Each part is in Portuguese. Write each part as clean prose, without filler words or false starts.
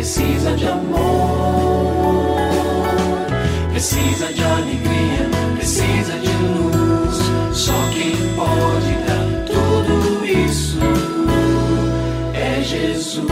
precisa de amor, precisa de alegria, precisa de luz. Só quem pode dar tudo isso é Jesus.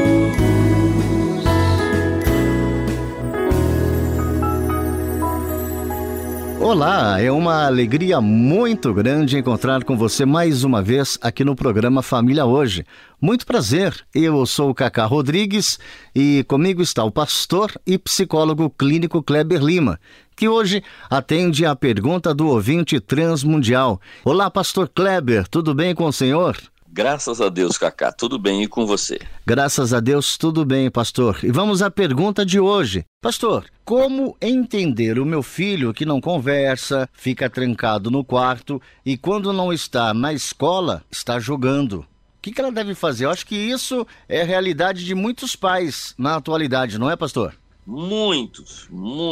Olá, é uma alegria muito grande encontrar com você mais uma vez aqui no programa Família Hoje. Muito prazer, eu sou o Cacá Rodrigues e comigo está o pastor e psicólogo clínico Kleber Lima, que hoje atende a pergunta do ouvinte transmundial. Olá, pastor Kleber, tudo bem com o senhor? Graças a Deus, Cacá, tudo bem e com você? Graças a Deus, tudo bem, pastor. E vamos à pergunta de hoje. Pastor, como entender o meu filho que não conversa, fica trancado no quarto e quando não está na escola, está jogando? O que ela deve fazer? Eu acho que isso é a realidade de muitos pais na atualidade, não é, pastor? Muitos,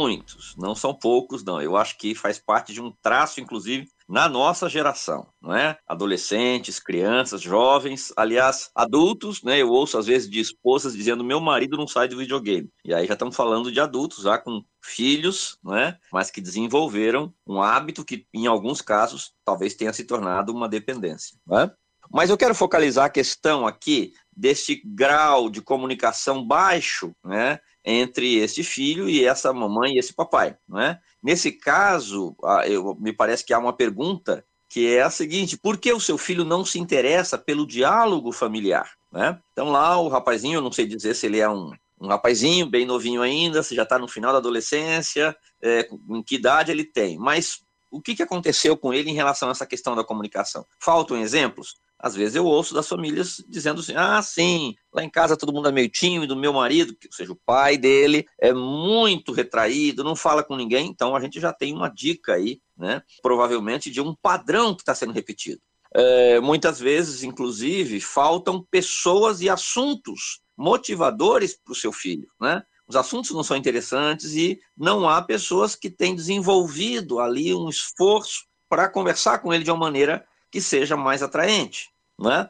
não são poucos, não. Eu acho que faz parte de um traço, inclusive, na nossa geração, não é? Adolescentes, crianças, jovens, aliás, adultos, né? Eu ouço às vezes de esposas dizendo: meu marido não sai do videogame. E aí já estamos falando de adultos, já com filhos, não é? Mas que desenvolveram um hábito que, em alguns casos, talvez tenha se tornado uma dependência, não é? Mas eu quero focalizar a questão aqui desse grau de comunicação baixo, né, entre esse filho e essa mamãe e esse papai, não é? Nesse caso, me parece que há uma pergunta que é a seguinte: por que o seu filho não se interessa pelo diálogo familiar, né? Então lá o rapazinho, eu não sei dizer se ele é um rapazinho bem novinho ainda, se já está no final da adolescência, em que idade ele tem, mas o que aconteceu com ele em relação a essa questão da comunicação? Faltam exemplos? Às vezes eu ouço das famílias dizendo assim: ah, sim, lá em casa todo mundo é meio tímido, meu marido, ou seja, o pai dele, é muito retraído, não fala com ninguém. Então a gente já tem uma dica aí, né, provavelmente de um padrão que está sendo repetido. Muitas vezes, inclusive, faltam pessoas e assuntos motivadores para o seu filho, né? Os assuntos não são interessantes e não há pessoas que têm desenvolvido ali um esforço para conversar com ele de uma maneira que seja mais atraente, né?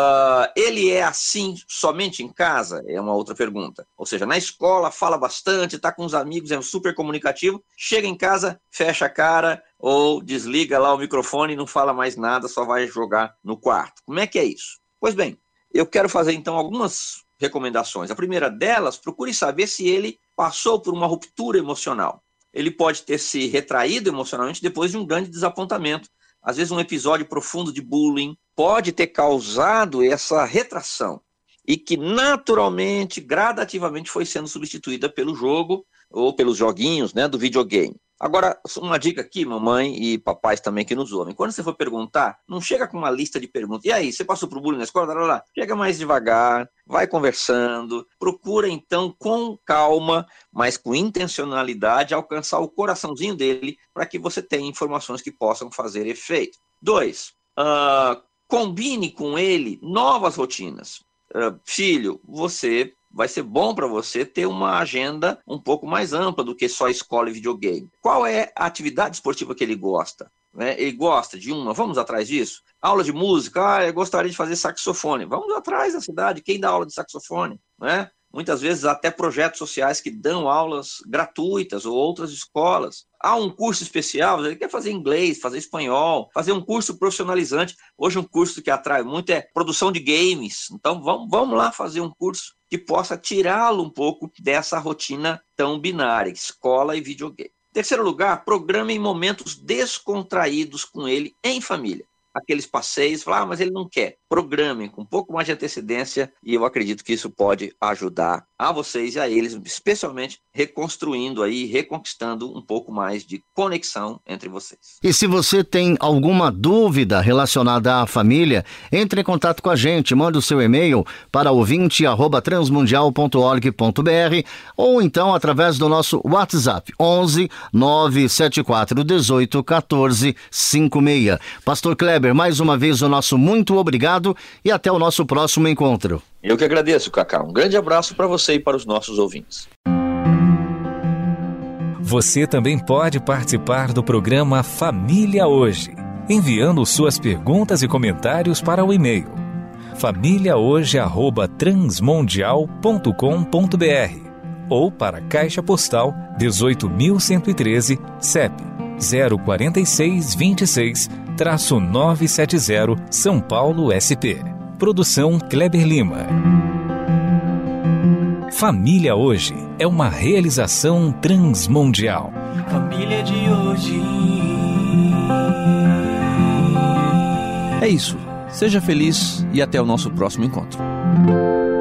Ele é assim somente em casa? É uma outra pergunta. Ou seja, na escola fala bastante, está com os amigos, é super comunicativo, chega em casa, fecha a cara ou desliga lá o microfone e não fala mais nada, só vai jogar no quarto. Como é que é isso? Pois bem, eu quero fazer então algumas recomendações. A primeira delas, procure saber se ele passou por uma ruptura emocional. Ele pode ter se retraído emocionalmente depois de um grande desapontamento. Às vezes um episódio profundo de bullying pode ter causado essa retração e que naturalmente, gradativamente foi sendo substituída pelo jogo ou pelos joguinhos, né, do videogame. Agora, uma dica aqui, mamãe e papais também que nos ouvem: quando você for perguntar, não chega com uma lista de perguntas. E aí, você passou por bullying na escola? Chega mais devagar, vai conversando, procura então com calma, mas com intencionalidade, alcançar o coraçãozinho dele para que você tenha informações que possam fazer efeito. 2, combine com ele novas rotinas. Filho, vai ser bom para você ter uma agenda um pouco mais ampla do que só escola e videogame. Qual é a atividade esportiva que ele gosta? Ele gosta de uma, vamos atrás disso? Aula de música, eu gostaria de fazer saxofone. Vamos atrás da cidade, quem dá aula de saxofone? Né? Muitas vezes até projetos sociais que dão aulas gratuitas ou outras escolas. Há um curso especial, ele quer fazer inglês, fazer espanhol, fazer um curso profissionalizante. Hoje um curso que atrai muito é produção de games. Então vamos lá fazer um curso que possa tirá-lo um pouco dessa rotina tão binária, escola e videogame. Em terceiro lugar, programe momentos descontraídos com ele em família. Aqueles passeios, mas ele não quer. Programem com um pouco mais de antecedência e eu acredito que isso pode ajudar a vocês e a eles, especialmente reconstruindo aí, reconquistando um pouco mais de conexão entre vocês. E se você tem alguma dúvida relacionada à família, entre em contato com a gente, manda o seu e-mail para ouvinte@transmundial.org.br ou então através do nosso WhatsApp 11 974 18 14 56. Pastor Kleber, mais uma vez o nosso muito obrigado e até o nosso próximo encontro. Eu que agradeço, Cacá. Um grande abraço para você e para os nossos ouvintes. Você também pode participar do programa Família Hoje, enviando suas perguntas e comentários para o e-mail famíliahoje@transmundial.com.br ou para Caixa Postal 18.113, CEP 04626-970, São Paulo, SP. Produção Kleber Lima. Família Hoje é uma realização transmundial. Família de hoje. É isso. Seja feliz e até o nosso próximo encontro.